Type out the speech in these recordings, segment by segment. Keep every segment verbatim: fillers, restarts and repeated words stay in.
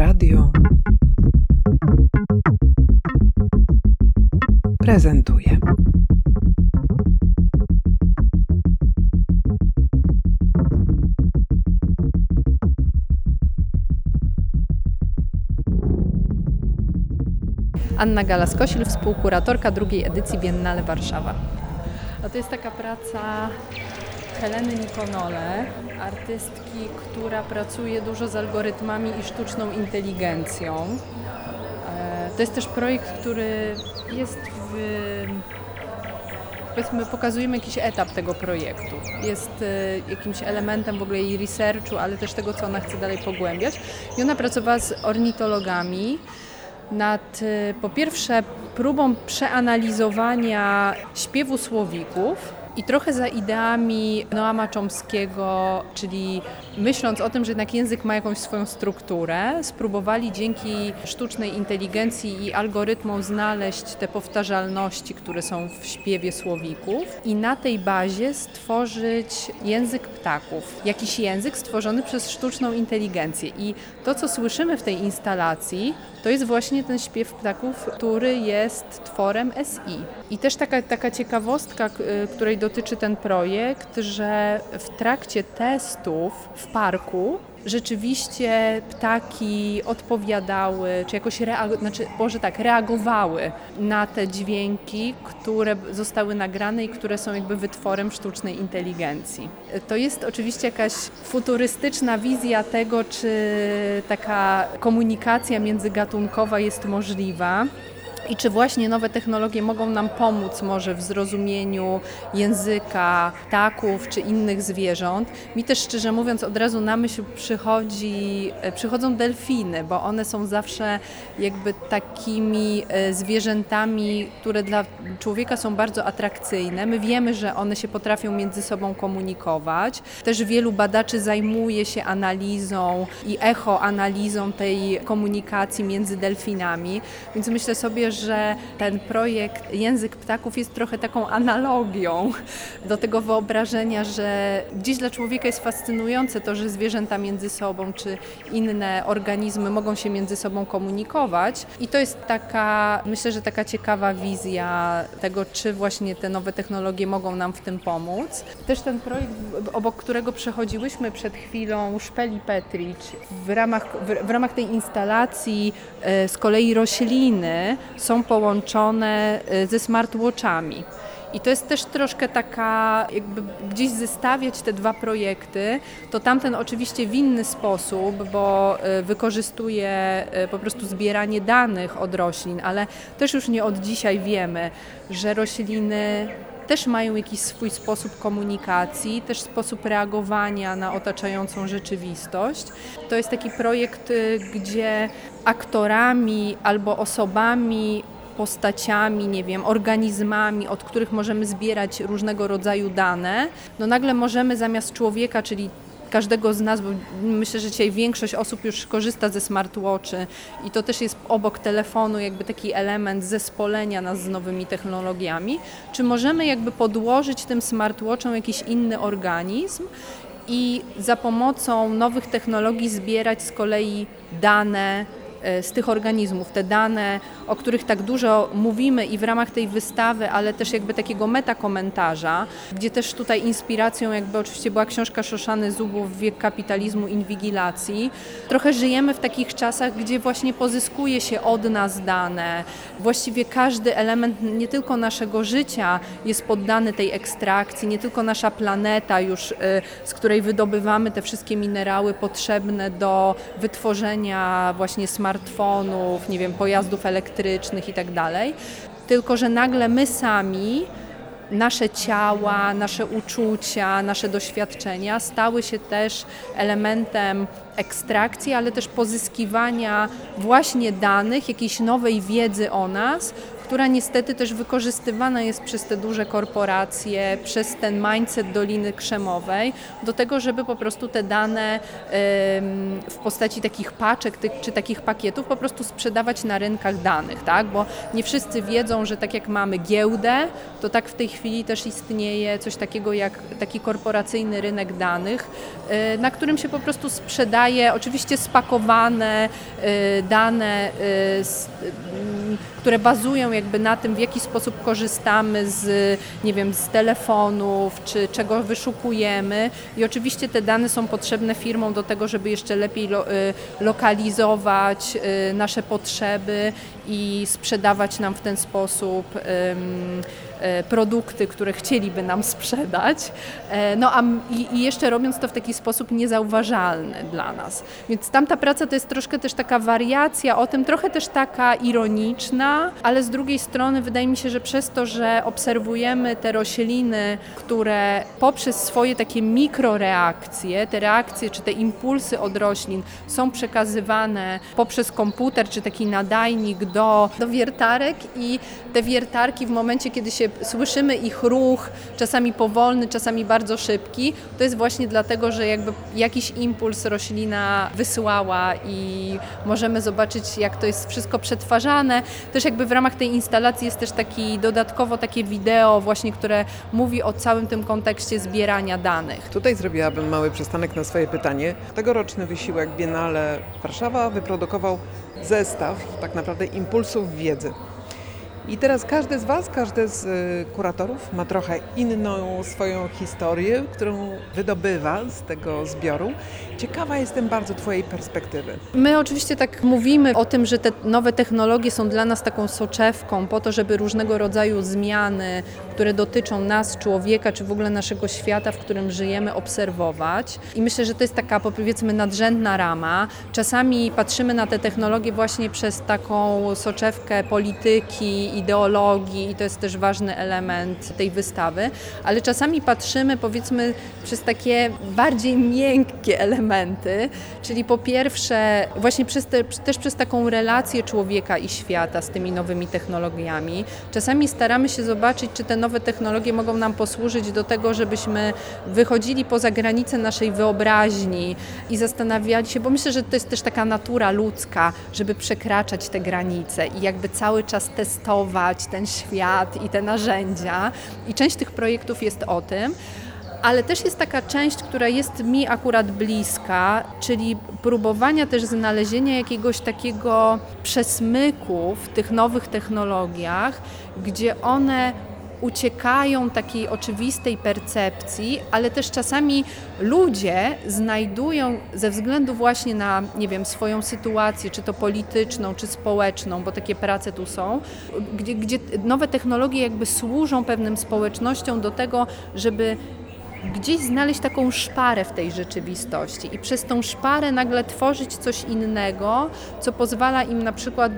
Radio prezentuje. Anna Galas-Kosil, współkuratorka drugiej edycji Biennale Warszawa. No to jest taka praca Heleny Nikonole, artystki, która pracuje dużo z algorytmami i sztuczną inteligencją. To jest też projekt, który jest w... Powiedzmy, pokazujemy jakiś etap tego projektu. Jest jakimś elementem w ogóle jej researchu, ale też tego, co ona chce dalej pogłębiać. I ona pracowała z ornitologami nad, po pierwsze, próbą przeanalizowania śpiewu słowików i trochę za ideami Noama Chomskiego, czyli myśląc o tym, że jednak język ma jakąś swoją strukturę, spróbowali dzięki sztucznej inteligencji i algorytmom znaleźć te powtarzalności, które są w śpiewie słowików i na tej bazie stworzyć język ptaków. Jakiś język stworzony przez sztuczną inteligencję. I to, co słyszymy w tej instalacji, to jest właśnie ten śpiew ptaków, który jest tworem S I. I też taka, taka ciekawostka, której dotyczy ten projekt, że w trakcie testów w parku rzeczywiście ptaki odpowiadały, czy jakoś reago- znaczy, może tak, reagowały na te dźwięki, które zostały nagrane i które są jakby wytworem sztucznej inteligencji. To jest oczywiście jakaś futurystyczna wizja tego, czy taka komunikacja międzygatunkowa jest możliwa. I czy właśnie nowe technologie mogą nam pomóc może w zrozumieniu języka ptaków czy innych zwierząt. Mi też, szczerze mówiąc, od razu na myśl przychodzi, przychodzą delfiny, bo one są zawsze jakby takimi zwierzętami, które dla człowieka są bardzo atrakcyjne. My wiemy, że one się potrafią między sobą komunikować. Też wielu badaczy zajmuje się analizą i echoanalizą tej komunikacji między delfinami, więc myślę sobie, że ten projekt Język Ptaków jest trochę taką analogią do tego wyobrażenia, że gdzieś dla człowieka jest fascynujące to, że zwierzęta między sobą czy inne organizmy mogą się między sobą komunikować i to jest taka, myślę, że taka ciekawa wizja tego, czy właśnie te nowe technologie mogą nam w tym pomóc. Też ten projekt, obok którego przechodziłyśmy przed chwilą, Szpeli Petricz, w ramach, w, w ramach tej instalacji e, z kolei rośliny są połączone ze smartwatchami. I to jest też troszkę taka, jakby gdzieś zestawiać te dwa projekty, to tamten oczywiście w inny sposób, bo wykorzystuje po prostu zbieranie danych od roślin, ale też już nie od dzisiaj wiemy, że rośliny też mają jakiś swój sposób komunikacji, też sposób reagowania na otaczającą rzeczywistość. To jest taki projekt, gdzie aktorami albo osobami, postaciami, nie wiem, organizmami, od których możemy zbierać różnego rodzaju dane, no nagle możemy zamiast człowieka, czyli każdego z nas, bo myślę, że dzisiaj większość osób już korzysta ze smartwatchy i to też jest obok telefonu jakby taki element zespolenia nas z nowymi technologiami. Czy możemy jakby podłożyć tym smartwatchom jakiś inny organizm i za pomocą nowych technologii zbierać z kolei dane z tych organizmów, te dane, o których tak dużo mówimy i w ramach tej wystawy, ale też jakby takiego metakomentarza, gdzie też tutaj inspiracją jakby oczywiście była książka Szoszany Zubów Wiek kapitalizmu inwigilacji. Trochę żyjemy w takich czasach, gdzie właśnie pozyskuje się od nas dane. Właściwie każdy element nie tylko naszego życia jest poddany tej ekstrakcji, nie tylko nasza planeta już, z której wydobywamy te wszystkie minerały potrzebne do wytworzenia właśnie smartfonów, smartfonów, nie wiem, pojazdów elektrycznych i tak dalej, tylko że nagle my sami, nasze ciała, nasze uczucia, nasze doświadczenia stały się też elementem ekstrakcji, ale też pozyskiwania właśnie danych, jakiejś nowej wiedzy o nas, która niestety też wykorzystywana jest przez te duże korporacje, przez ten mindset Doliny Krzemowej do tego, żeby po prostu te dane w postaci takich paczek czy takich pakietów po prostu sprzedawać na rynkach danych, tak? Bo nie wszyscy wiedzą, że tak jak mamy giełdę, to tak w tej chwili też istnieje coś takiego jak taki korporacyjny rynek danych, na którym się po prostu sprzedaje oczywiście spakowane dane, które bazują jakby na tym, w jaki sposób korzystamy z, nie wiem, z telefonów, czy czego wyszukujemy i oczywiście te dane są potrzebne firmom do tego, żeby jeszcze lepiej lo, lokalizować nasze potrzeby i sprzedawać nam w ten sposób um, produkty, które chcieliby nam sprzedać, no a i, i jeszcze robiąc to w taki sposób niezauważalny dla nas. Więc tamta praca to jest troszkę też taka wariacja o tym, trochę też taka ironiczna, ale z drugiej strony wydaje mi się, że przez to, że obserwujemy te rośliny, które poprzez swoje takie mikroreakcje, te reakcje czy te impulsy od roślin są przekazywane poprzez komputer czy taki nadajnik do, do wiertarek i te wiertarki w momencie, kiedy się słyszymy ich ruch, czasami powolny, czasami bardzo szybki, to jest właśnie dlatego, że jakby jakiś impuls roślina wysyłała i możemy zobaczyć, jak to jest wszystko przetwarzane. Też jakby w ramach tej instalacji jest też taki dodatkowo takie wideo właśnie, które mówi o całym tym kontekście zbierania danych. Tutaj zrobiłabym mały przystanek na swoje pytanie. Tegoroczny wysiłek Biennale Warszawa wyprodukował zestaw tak naprawdę impulsów wiedzy. I teraz każdy z Was, każdy z kuratorów ma trochę inną swoją historię, którą wydobywa z tego zbioru. Ciekawa jestem bardzo Twojej perspektywy. My oczywiście tak mówimy o tym, że te nowe technologie są dla nas taką soczewką po to, żeby różnego rodzaju zmiany, które dotyczą nas, człowieka, czy w ogóle naszego świata, w którym żyjemy, obserwować. I myślę, że to jest taka, powiedzmy, nadrzędna rama. Czasami patrzymy na te technologie właśnie przez taką soczewkę polityki, ideologii i to jest też ważny element tej wystawy, ale czasami patrzymy, powiedzmy, przez takie bardziej miękkie elementy, czyli po pierwsze właśnie przez te, też przez taką relację człowieka i świata z tymi nowymi technologiami. Czasami staramy się zobaczyć, czy te nowe technologie mogą nam posłużyć do tego, żebyśmy wychodzili poza granice naszej wyobraźni i zastanawiali się, bo myślę, że to jest też taka natura ludzka, żeby przekraczać te granice i jakby cały czas testować ten świat i te narzędzia i część tych projektów jest o tym, ale też jest taka część, która jest mi akurat bliska, czyli próbowania też znalezienia jakiegoś takiego przesmyku w tych nowych technologiach, gdzie one uciekają takiej oczywistej percepcji, ale też czasami ludzie znajdują ze względu właśnie na, nie wiem, swoją sytuację, czy to polityczną, czy społeczną, bo takie prace tu są, gdzie, gdzie nowe technologie jakby służą pewnym społecznościom do tego, żeby gdzieś znaleźć taką szparę w tej rzeczywistości i przez tą szparę nagle tworzyć coś innego, co pozwala im na przykład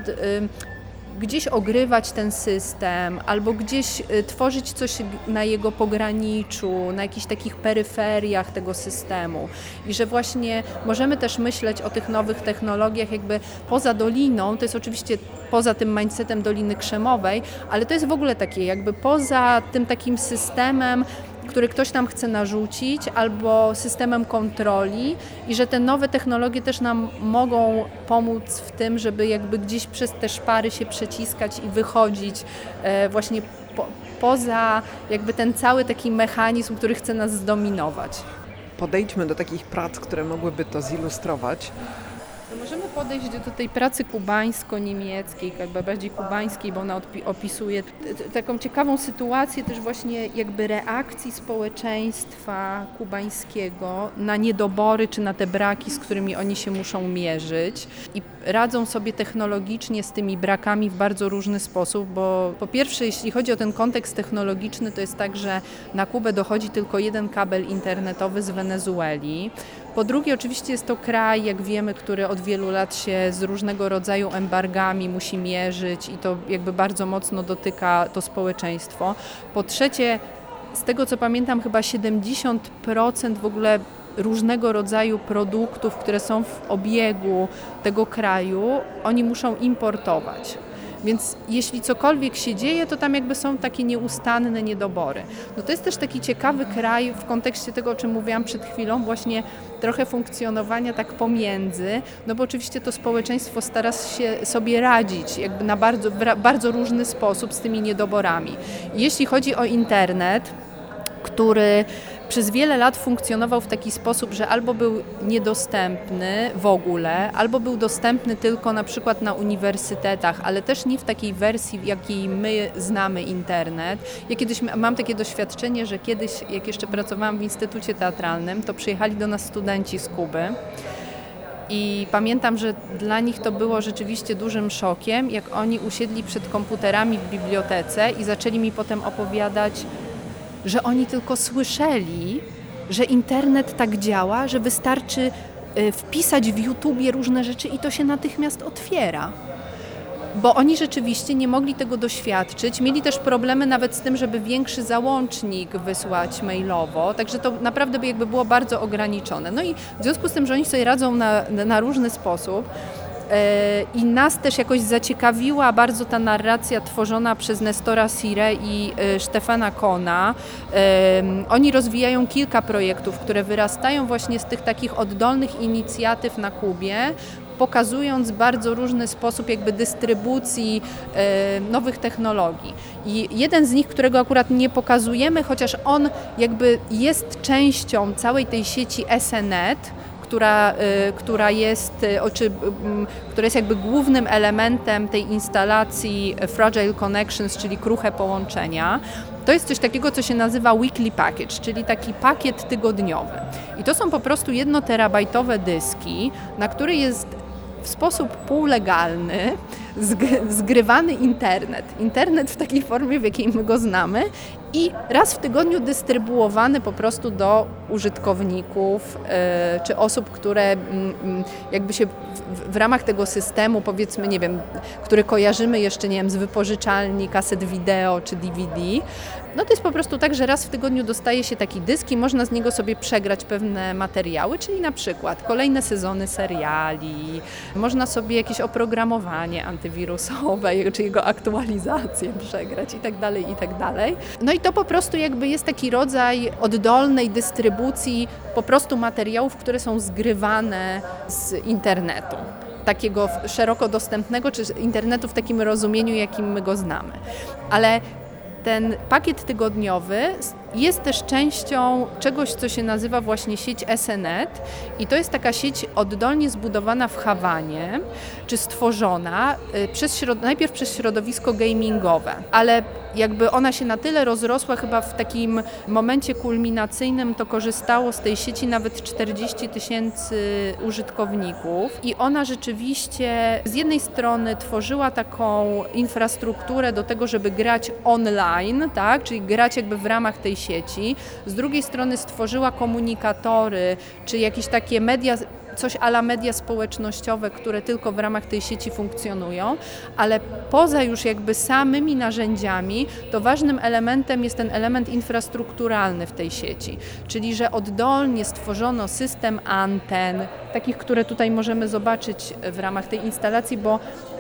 gdzieś ogrywać ten system albo gdzieś tworzyć coś na jego pograniczu, na jakichś takich peryferiach tego systemu i że właśnie możemy też myśleć o tych nowych technologiach jakby poza doliną, to jest oczywiście poza tym mindsetem Doliny Krzemowej, ale to jest w ogóle takie jakby poza tym takim systemem, który ktoś nam chce narzucić, albo systemem kontroli i że te nowe technologie też nam mogą pomóc w tym, żeby jakby gdzieś przez te szpary się przeciskać i wychodzić e, właśnie po, poza jakby ten cały taki mechanizm, który chce nas zdominować. Podejdźmy do takich prac, które mogłyby to zilustrować. Możemy podejść do tej pracy kubańsko-niemieckiej, jakby bardziej kubańskiej, bo ona opisuje taką ciekawą sytuację też właśnie jakby reakcji społeczeństwa kubańskiego na niedobory czy na te braki, z którymi oni się muszą mierzyć i radzą sobie technologicznie z tymi brakami w bardzo różny sposób, bo po pierwsze, jeśli chodzi o ten kontekst technologiczny, to jest tak, że na Kubę dochodzi tylko jeden kabel internetowy z Wenezueli. Po drugie, oczywiście jest to kraj, jak wiemy, który od wielu lat się z różnego rodzaju embargami musi mierzyć i to jakby bardzo mocno dotyka to społeczeństwo. Po trzecie, z tego co pamiętam, chyba siedemdziesiąt procent w ogóle różnego rodzaju produktów, które są w obiegu tego kraju, oni muszą importować. Więc jeśli cokolwiek się dzieje, to tam jakby są takie nieustanne niedobory. No to jest też taki ciekawy kraj w kontekście tego, o czym mówiłam przed chwilą, właśnie trochę funkcjonowania tak pomiędzy, no bo oczywiście to społeczeństwo stara się sobie radzić jakby na bardzo, w bardzo różny sposób z tymi niedoborami. Jeśli chodzi o internet, który przez wiele lat funkcjonował w taki sposób, że albo był niedostępny w ogóle, albo był dostępny tylko na przykład na uniwersytetach, ale też nie w takiej wersji, w jakiej my znamy internet. Ja kiedyś mam takie doświadczenie, że kiedyś, jak jeszcze pracowałam w Instytucie Teatralnym, to przyjechali do nas studenci z Kuby. I pamiętam, że dla nich to było rzeczywiście dużym szokiem, jak oni usiedli przed komputerami w bibliotece i zaczęli mi potem opowiadać, że oni tylko słyszeli, że internet tak działa, że wystarczy wpisać w YouTubie różne rzeczy i to się natychmiast otwiera. Bo oni rzeczywiście nie mogli tego doświadczyć, mieli też problemy nawet z tym, żeby większy załącznik wysłać mailowo, także to naprawdę by jakby było bardzo ograniczone. No i w związku z tym, że oni sobie radzą na, na różny sposób, i nas też jakoś zaciekawiła bardzo ta narracja tworzona przez Nestora Sire i Stefana Kona. Oni rozwijają kilka projektów, które wyrastają właśnie z tych takich oddolnych inicjatyw na Kubie, pokazując bardzo różny sposób jakby dystrybucji e, nowych technologii. I jeden z nich, którego akurat nie pokazujemy, chociaż on jakby jest częścią całej tej sieci Esenet, która, y, która, jest, y, czy, y, która jest jakby głównym elementem tej instalacji Fragile Connections, czyli kruche połączenia. To jest coś takiego, co się nazywa weekly package, czyli taki pakiet tygodniowy. I to są po prostu jednoterabajtowe dyski, na które jest w sposób półlegalny zgrywany internet. Internet w takiej formie, w jakiej my go znamy i raz w tygodniu dystrybuowany po prostu do użytkowników yy, czy osób, które yy, jakby się w, w ramach tego systemu, powiedzmy, nie wiem, który kojarzymy jeszcze, nie wiem, z wypożyczalni kaset wideo czy D V D. No to jest po prostu tak, że raz w tygodniu dostaje się taki dysk i można z niego sobie przegrać pewne materiały, czyli na przykład kolejne sezony seriali, można sobie jakieś oprogramowanie antywirusowe, czy jego aktualizację przegrać i tak dalej, i tak dalej. No i to po prostu jakby jest taki rodzaj oddolnej dystrybucji po prostu materiałów, które są zgrywane z internetu. Takiego szeroko dostępnego, czy internetu w takim rozumieniu, jakim my go znamy. Ale ten pakiet tygodniowy jest też częścią czegoś, co się nazywa właśnie sieć Esenet i to jest taka sieć oddolnie zbudowana w Hawanie, czy stworzona przez środ- najpierw przez środowisko gamingowe, ale jakby ona się na tyle rozrosła, chyba w takim momencie kulminacyjnym to korzystało z tej sieci nawet czterdzieści tysięcy użytkowników i ona rzeczywiście z jednej strony tworzyła taką infrastrukturę do tego, żeby grać online, tak, czyli grać jakby w ramach tej sieci, z drugiej strony stworzyła komunikatory, czy jakieś takie media, coś a la media społecznościowe, które tylko w ramach tej sieci funkcjonują, ale poza już jakby samymi narzędziami, to ważnym elementem jest ten element infrastrukturalny w tej sieci, czyli że oddolnie stworzono system anten, takich, które tutaj możemy zobaczyć w ramach tej instalacji, bo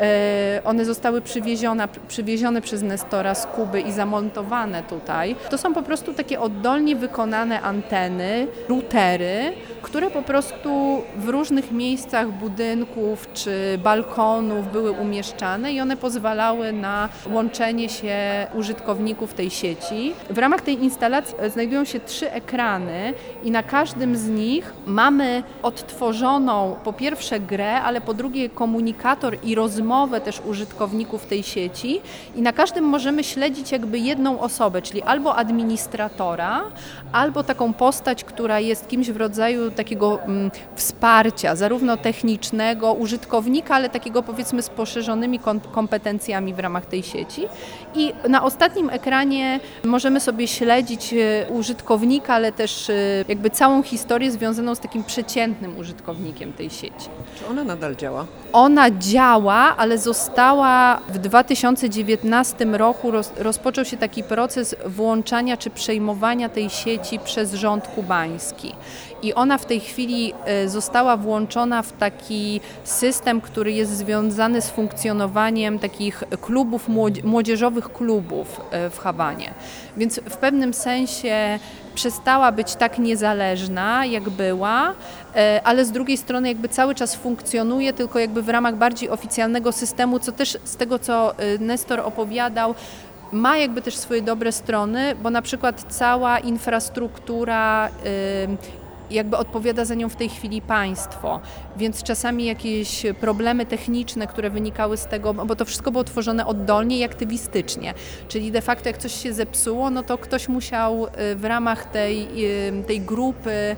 e, one zostały przywiezione, przywiezione przez Nestora z Kuby i zamontowane tutaj. To są po prostu takie oddolnie wykonane anteny, routery, które po prostu w różnych miejscach budynków czy balkonów były umieszczane i one pozwalały na łączenie się użytkowników tej sieci. W ramach tej instalacji znajdują się trzy ekrany i na każdym z nich mamy odtworzoną po pierwsze grę, ale po drugie komunikator i rozmowę też użytkowników tej sieci i na każdym możemy śledzić jakby jedną osobę, czyli albo administratora, albo taką postać, która jest kimś w rodzaju takiego mm, wsparcia, zarówno technicznego, użytkownika, ale takiego powiedzmy z poszerzonymi kom- kompetencjami w ramach tej sieci. I na ostatnim ekranie możemy sobie śledzić użytkownika, ale też jakby całą historię związaną z takim przeciętnym użytkownikiem tej sieci. Czy ona nadal działa? Ona działa, ale została w dwa tysiące dziewiętnastym roku, roz, rozpoczął się taki proces włączania czy przejmowania tej sieci przez rząd kubański. i ona w tej chwili y, została włączona w taki system, który jest związany z funkcjonowaniem takich klubów, młodzieżowych klubów y, w Hawanie. Więc w pewnym sensie przestała być tak niezależna, jak była, ale z drugiej strony jakby cały czas funkcjonuje, tylko jakby w ramach bardziej oficjalnego systemu, co też z tego, co Nestor opowiadał, ma jakby też swoje dobre strony, bo na przykład cała infrastruktura jakby odpowiada za nią w tej chwili państwo, więc czasami jakieś problemy techniczne, które wynikały z tego, bo to wszystko było tworzone oddolnie i aktywistycznie, czyli de facto jak coś się zepsuło, no to ktoś musiał w ramach tej, tej grupy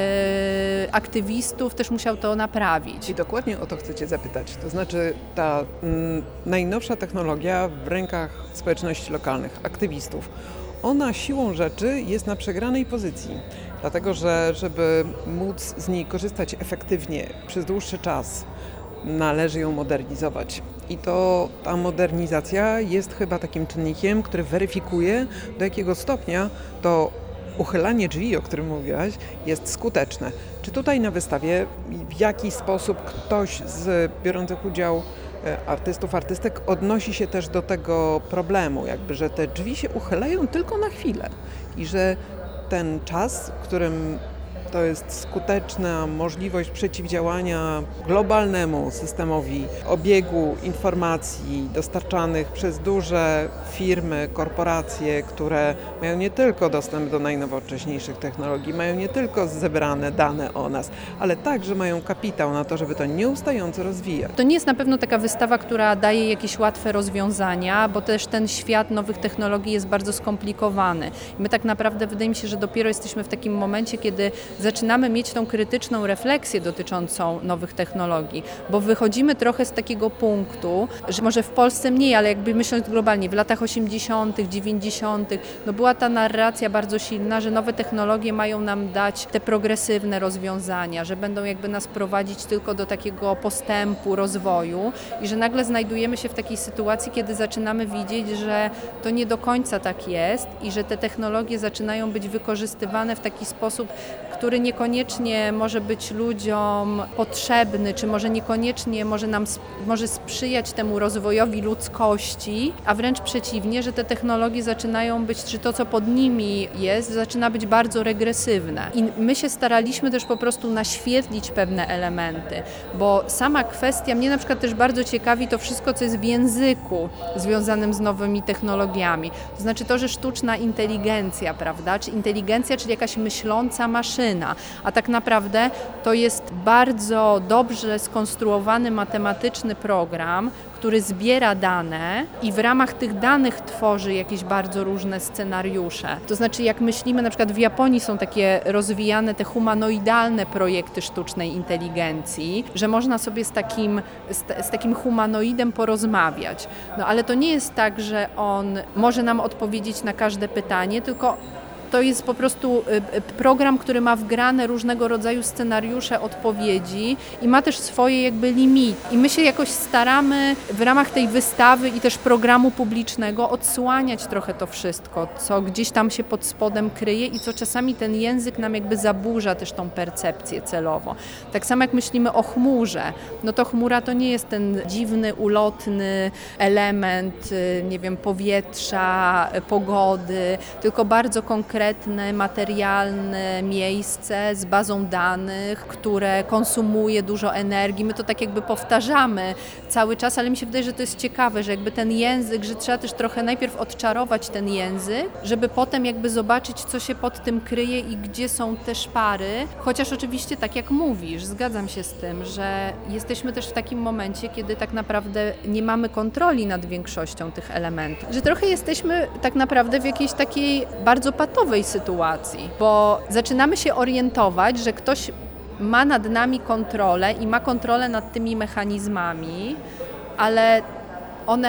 aktywistów też musiał to naprawić. I dokładnie o to chcecie zapytać, to znaczy ta mm, najnowsza technologia w rękach społeczności lokalnych, aktywistów, ona siłą rzeczy jest na przegranej pozycji, dlatego że żeby móc z niej korzystać efektywnie przez dłuższy czas, należy ją modernizować. I to ta modernizacja jest chyba takim czynnikiem, który weryfikuje, do jakiego stopnia to uchylanie drzwi, o którym mówiłaś, jest skuteczne. Czy tutaj na wystawie w jaki sposób ktoś z biorących udział artystów, artystek odnosi się też do tego problemu, jakby, że te drzwi się uchylają tylko na chwilę i że ten czas, w którym to jest skuteczna możliwość przeciwdziałania globalnemu systemowi obiegu informacji dostarczanych przez duże firmy, korporacje, które mają nie tylko dostęp do najnowocześniejszych technologii, mają nie tylko zebrane dane o nas, ale także mają kapitał na to, żeby to nieustająco rozwijać. To nie jest na pewno taka wystawa, która daje jakieś łatwe rozwiązania, bo też ten świat nowych technologii jest bardzo skomplikowany. My tak naprawdę wydaje mi się, że dopiero jesteśmy w takim momencie, kiedy zaczynamy mieć tą krytyczną refleksję dotyczącą nowych technologii, bo wychodzimy trochę z takiego punktu, że może w Polsce mniej, ale jakby myśląc globalnie, w latach osiemdziesiątych, dziewięćdziesiątych, no była ta narracja bardzo silna, że nowe technologie mają nam dać te progresywne rozwiązania, że będą jakby nas prowadzić tylko do takiego postępu, rozwoju i że nagle znajdujemy się w takiej sytuacji, kiedy zaczynamy widzieć, że to nie do końca tak jest i że te technologie zaczynają być wykorzystywane w taki sposób, który niekoniecznie może być ludziom potrzebny, czy może niekoniecznie może nam może sprzyjać temu rozwojowi ludzkości, a wręcz przeciwnie, że te technologie zaczynają być, czy to, co pod nimi jest, zaczyna być bardzo regresywne. I my się staraliśmy też po prostu naświetlić pewne elementy, bo sama kwestia, mnie na przykład też bardzo ciekawi to wszystko, co jest w języku związanym z nowymi technologiami. To znaczy to, że sztuczna inteligencja, prawda, czy inteligencja, czyli jakaś myśląca maszyna, a tak naprawdę to jest bardzo dobrze skonstruowany matematyczny program, który zbiera dane i w ramach tych danych tworzy jakieś bardzo różne scenariusze. To znaczy jak myślimy, na przykład w Japonii są takie rozwijane te humanoidalne projekty sztucznej inteligencji, że można sobie z takim, z, z takim humanoidem porozmawiać. No ale to nie jest tak, że on może nam odpowiedzieć na każde pytanie, tylko to jest po prostu program, który ma wgrane różnego rodzaju scenariusze, odpowiedzi i ma też swoje jakby limity. I my się jakoś staramy w ramach tej wystawy i też programu publicznego odsłaniać trochę to wszystko, co gdzieś tam się pod spodem kryje i co czasami ten język nam jakby zaburza też tą percepcję celowo. Tak samo jak myślimy o chmurze, no to chmura to nie jest ten dziwny, ulotny element, nie wiem, powietrza, pogody, tylko bardzo konkretny, konkretne, materialne miejsce z bazą danych, które konsumuje dużo energii. My to tak jakby powtarzamy cały czas, ale mi się wydaje, że to jest ciekawe, że jakby ten język, że trzeba też trochę najpierw odczarować ten język, żeby potem jakby zobaczyć, co się pod tym kryje i gdzie są te szpary. Chociaż oczywiście tak jak mówisz, zgadzam się z tym, że jesteśmy też w takim momencie, kiedy tak naprawdę nie mamy kontroli nad większością tych elementów. Że trochę jesteśmy tak naprawdę w jakiejś takiej bardzo patowej sytuacji, bo zaczynamy się orientować, że ktoś ma nad nami kontrolę i ma kontrolę nad tymi mechanizmami, ale one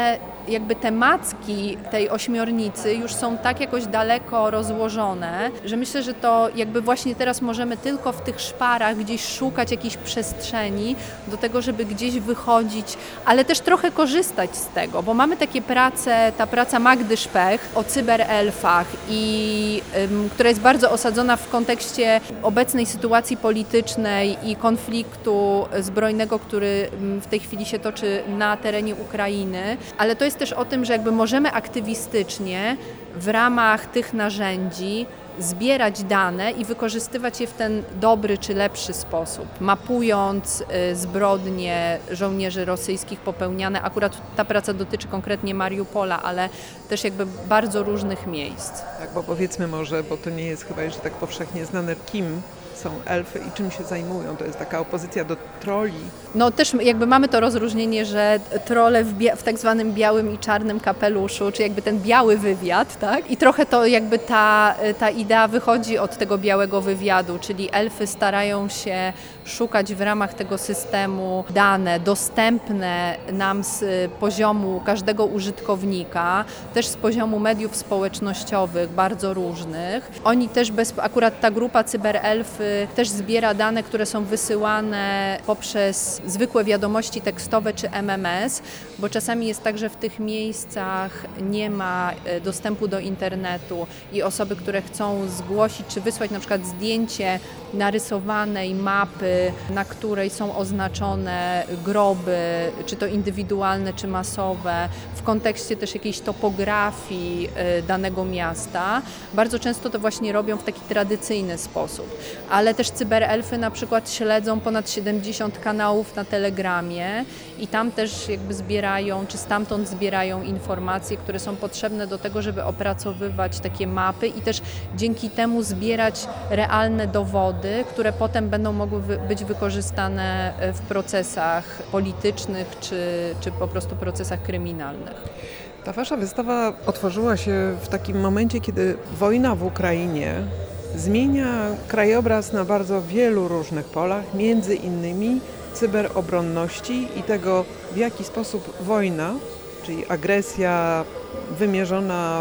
jakby te macki tej ośmiornicy już są tak jakoś daleko rozłożone, że myślę, że to jakby właśnie teraz możemy tylko w tych szparach gdzieś szukać jakiejś przestrzeni do tego, żeby gdzieś wychodzić, ale też trochę korzystać z tego, bo mamy takie prace, ta praca Magdy Szpech o cyberelfach, i, ym, która jest bardzo osadzona w kontekście obecnej sytuacji politycznej i konfliktu zbrojnego, który w tej chwili się toczy na terenie Ukrainy, ale to jest też o tym, że jakby możemy aktywistycznie w ramach tych narzędzi zbierać dane i wykorzystywać je w ten dobry czy lepszy sposób, mapując zbrodnie żołnierzy rosyjskich popełniane. Akurat ta praca dotyczy konkretnie Mariupola, ale też jakby bardzo różnych miejsc. Tak, bo powiedzmy może, bo to nie jest chyba jeszcze tak powszechnie znane, kim są elfy i czym się zajmują. To jest taka opozycja do troli. No też jakby mamy to rozróżnienie, że trolle w, bia- w tak zwanym białym i czarnym kapeluszu, czy jakby ten biały wywiad, tak? I trochę to jakby ta, ta idea wychodzi od tego białego wywiadu, czyli elfy starają się szukać w ramach tego systemu dane dostępne nam z poziomu każdego użytkownika, też z poziomu mediów społecznościowych, bardzo różnych. Oni też, bez, akurat ta grupa cyberelfy też zbiera dane, które są wysyłane poprzez zwykłe wiadomości tekstowe czy M M S, bo czasami jest tak, że w tych miejscach nie ma dostępu do internetu i osoby, które chcą zgłosić czy wysłać na przykład zdjęcie narysowanej mapy, na której są oznaczone groby, czy to indywidualne, czy masowe, w kontekście też jakiejś topografii danego miasta. Bardzo często to właśnie robią w taki tradycyjny sposób. Ale też cyberelfy na przykład śledzą ponad siedemdziesiąt kanałów na Telegramie i tam też jakby zbierają, czy stamtąd zbierają informacje, które są potrzebne do tego, żeby opracowywać takie mapy i też dzięki temu zbierać realne dowody, które potem będą mogły wy- być wykorzystane w procesach politycznych, czy, czy po prostu procesach kryminalnych. Ta wasza wystawa otworzyła się w takim momencie, kiedy wojna w Ukrainie zmienia krajobraz na bardzo wielu różnych polach, między innymi cyberobronności i tego, w jaki sposób wojna, czyli agresja wymierzona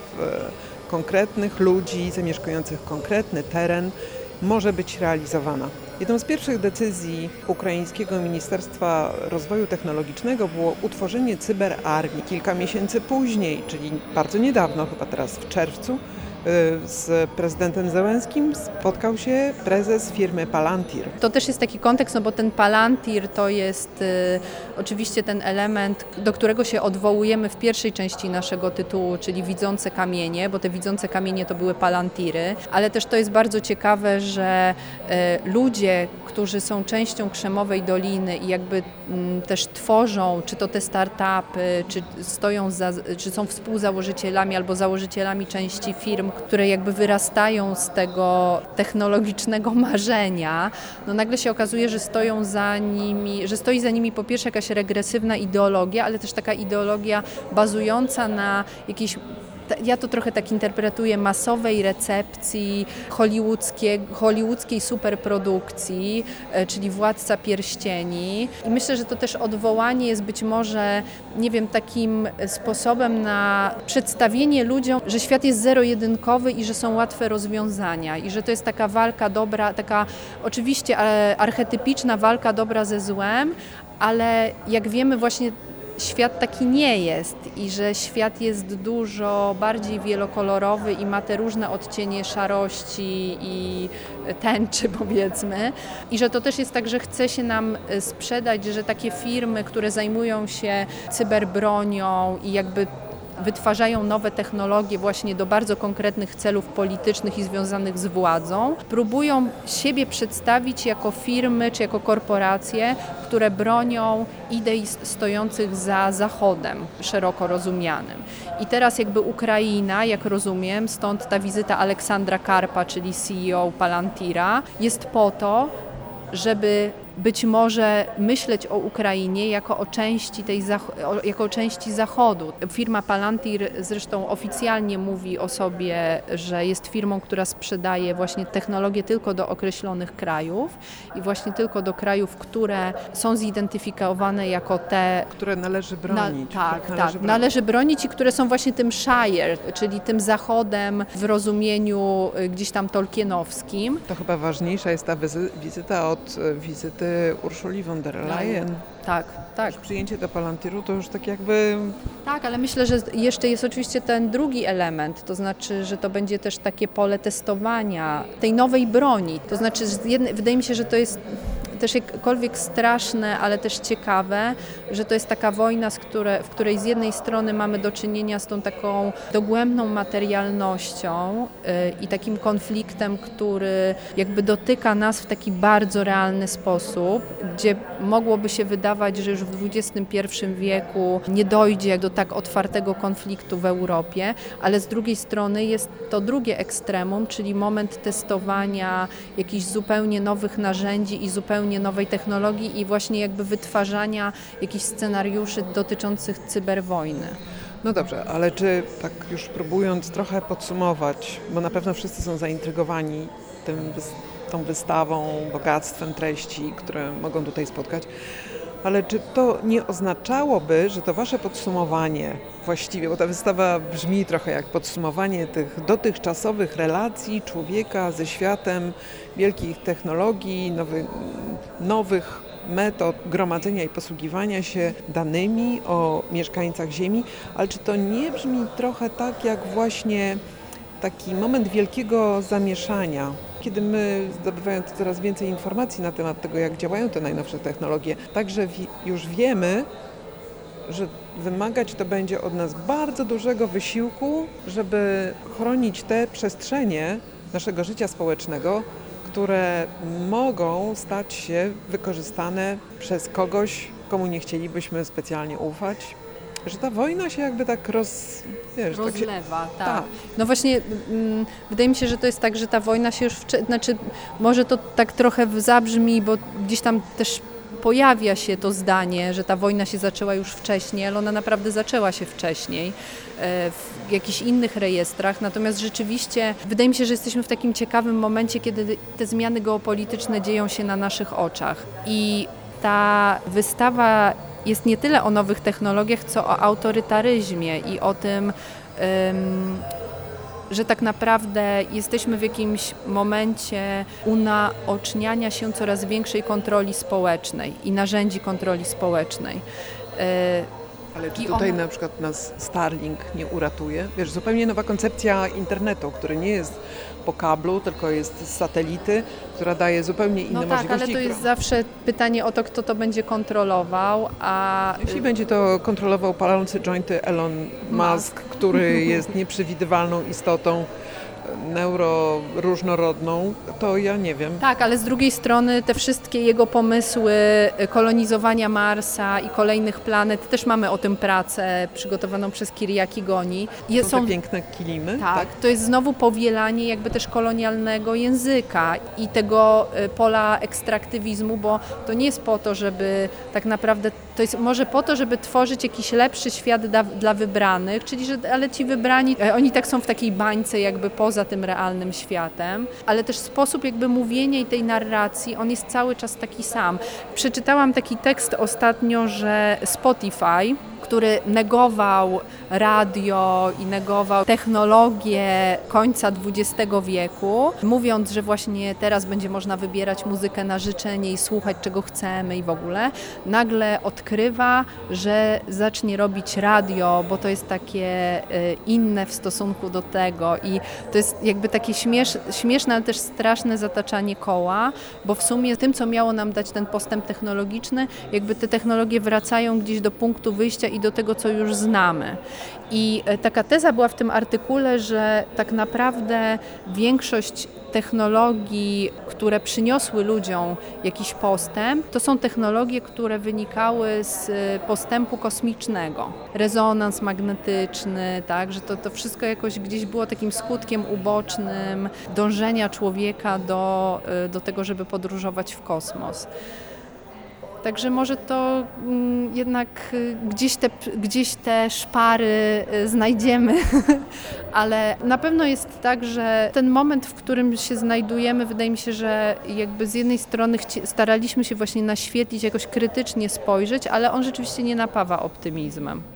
w konkretnych ludzi zamieszkujących konkretny teren, może być realizowana. Jedną z pierwszych decyzji ukraińskiego Ministerstwa Rozwoju Technologicznego było utworzenie cyberarmii. Kilka miesięcy później, czyli bardzo niedawno, chyba teraz w czerwcu, z prezydentem Zełenskim spotkał się prezes firmy Palantir. To też jest taki kontekst, no bo ten Palantir to jest y, oczywiście ten element, do którego się odwołujemy w pierwszej części naszego tytułu, czyli widzące kamienie, bo te widzące kamienie to były Palantiry, ale też to jest bardzo ciekawe, że y, ludzie, którzy są częścią Krzemowej Doliny i jakby mm, też tworzą, czy to te startupy, czy stoją za, czy są współzałożycielami albo założycielami części firm, które jakby wyrastają z tego technologicznego marzenia, no nagle się okazuje, że stoją za nimi, że stoi za nimi po pierwsze jakaś regresywna ideologia, ale też taka ideologia bazująca na jakiejś, ja to trochę tak interpretuję, masowej recepcji hollywoodzkiej, hollywoodzkiej superprodukcji, czyli Władca Pierścieni. I myślę, że to też odwołanie jest być może, nie wiem, takim sposobem na przedstawienie ludziom, że świat jest zero-jedynkowy i że są łatwe rozwiązania i że to jest taka walka dobra, taka oczywiście archetypiczna walka dobra ze złem, ale jak wiemy właśnie świat taki nie jest i że świat jest dużo bardziej wielokolorowy i ma te różne odcienie szarości i tęczy, powiedzmy. I że to też jest tak, że chce się nam sprzedać, że takie firmy, które zajmują się cyberbronią i jakby wytwarzają nowe technologie właśnie do bardzo konkretnych celów politycznych i związanych z władzą, próbują siebie przedstawić jako firmy czy jako korporacje, które bronią idei stojących za Zachodem, szeroko rozumianym. I teraz jakby Ukraina, jak rozumiem, stąd ta wizyta Aleksandra Karpa, czyli C E O Palantira, jest po to, żeby być może myśleć o Ukrainie jako o części tej zach- o- jako o części Zachodu. Firma Palantir zresztą oficjalnie mówi o sobie, że jest firmą, która sprzedaje właśnie technologię tylko do określonych krajów i właśnie tylko do krajów, które są zidentyfikowane jako te, Które należy bronić. na, tak, których tak, bronić. należy bronić i które są właśnie tym shire, czyli tym Zachodem w rozumieniu y, gdzieś tam tolkienowskim. To chyba ważniejsza jest ta wizy- wizyta od e, wizyty Urszuli von der Leyen. Tak, tak. Przyjęcie do Palantiru to już tak jakby... Tak, ale myślę, że jeszcze jest oczywiście ten drugi element, to znaczy, że to będzie też takie pole testowania tej nowej broni. To znaczy, że z jednej, wydaje mi się, że to jest też jakkolwiek straszne, ale też ciekawe, że to jest taka wojna, z które, w której z jednej strony mamy do czynienia z tą taką dogłębną materialnością yy, i takim konfliktem, który jakby dotyka nas w taki bardzo realny sposób, gdzie mogłoby się wydawać, że już w dwudziestym pierwszym wieku nie dojdzie do tak otwartego konfliktu w Europie, ale z drugiej strony jest to drugie ekstremum, czyli moment testowania jakichś zupełnie nowych narzędzi i zupełnie nowej technologii i właśnie jakby wytwarzania jakichś scenariuszy dotyczących cyberwojny. No dobrze, ale czy tak już próbując trochę podsumować, bo na pewno wszyscy są zaintrygowani tym, wys- tą wystawą, bogactwem treści, które mogą tutaj spotkać, ale czy to nie oznaczałoby, że to wasze podsumowanie właściwie, bo ta wystawa brzmi trochę jak podsumowanie tych dotychczasowych relacji człowieka ze światem wielkich technologii, nowy, nowych metod gromadzenia i posługiwania się danymi o mieszkańcach Ziemi, ale czy to nie brzmi trochę tak jak właśnie taki moment wielkiego zamieszania, kiedy my, zdobywając coraz więcej informacji na temat tego, jak działają te najnowsze technologie, także wi- już wiemy, że wymagać to będzie od nas bardzo dużego wysiłku, żeby chronić te przestrzenie naszego życia społecznego, które mogą stać się wykorzystane przez kogoś, komu nie chcielibyśmy specjalnie ufać. Że ta wojna się jakby tak roz... Wiesz, tak się, Rozlewa, tak. tak. No właśnie, mm, wydaje mi się, że to jest tak, że ta wojna się już, wcze- znaczy może to tak trochę zabrzmi, bo gdzieś tam też pojawia się to zdanie, że ta wojna się zaczęła już wcześniej, ale ona naprawdę zaczęła się wcześniej e, w jakichś innych rejestrach, natomiast rzeczywiście wydaje mi się, że jesteśmy w takim ciekawym momencie, kiedy te zmiany geopolityczne dzieją się na naszych oczach i ta wystawa jest nie tyle o nowych technologiach, co o autorytaryzmie i o tym, ym, że tak naprawdę jesteśmy w jakimś momencie unaoczniania się coraz większej kontroli społecznej i narzędzi kontroli społecznej. Yy, Ale czy I tutaj ona- na przykład nas Starlink nie uratuje? Wiesz, zupełnie nowa koncepcja internetu, który nie jest po kablu, tylko jest z satelity, która daje zupełnie inne No tak, możliwości. ale to jest która- zawsze pytanie o to, kto to będzie kontrolował, a Jeśli będzie to kontrolował palący jointy Elon Musk, który jest nieprzewidywalną istotą, neuroróżnorodną, to ja nie wiem. tak, ale z drugiej strony te wszystkie jego pomysły kolonizowania Marsa i kolejnych planet, też mamy o tym pracę przygotowaną przez Kyriaki Goni. Je- Są te piękne kilimy, tak, tak? to jest znowu powielanie jakby też kolonialnego języka i tego y, pola ekstraktywizmu, bo to nie jest po to, żeby tak naprawdę, to jest może po to, żeby tworzyć jakiś lepszy świat dla, dla wybranych, czyli że, ale ci wybrani, e, oni tak są w takiej bańce jakby poza tym realnym światem, ale też sposób jakby mówienia i tej narracji, on jest cały czas taki sam. Przeczytałam taki tekst ostatnio, że Spotify, który negował radio i negował technologię końca dwudziestego wieku, mówiąc, że właśnie teraz będzie można wybierać muzykę na życzenie i słuchać czego chcemy i w ogóle, nagle odkrywa, że zacznie robić radio, bo to jest takie y, inne w stosunku do tego i to jest jakby takie śmiesz, śmieszne, ale też straszne zataczanie koła, bo w sumie tym, co miało nam dać ten postęp technologiczny, jakby te technologie wracają gdzieś do punktu wyjścia i do tego, co już znamy. I taka teza była w tym artykule, że tak naprawdę większość technologii, które przyniosły ludziom jakiś postęp, to są technologie, które wynikały z postępu kosmicznego. Rezonans magnetyczny, tak, że to, to wszystko jakoś gdzieś było takim skutkiem ubocznym dążenia człowieka do, do tego, żeby podróżować w kosmos. Także może to mm, jednak y, gdzieś te, gdzieś te szpary y, znajdziemy, ale na pewno jest tak, że ten moment, w którym się znajdujemy, wydaje mi się, że jakby z jednej strony chci- staraliśmy się właśnie naświetlić, jakoś krytycznie spojrzeć, ale on rzeczywiście nie napawa optymizmem.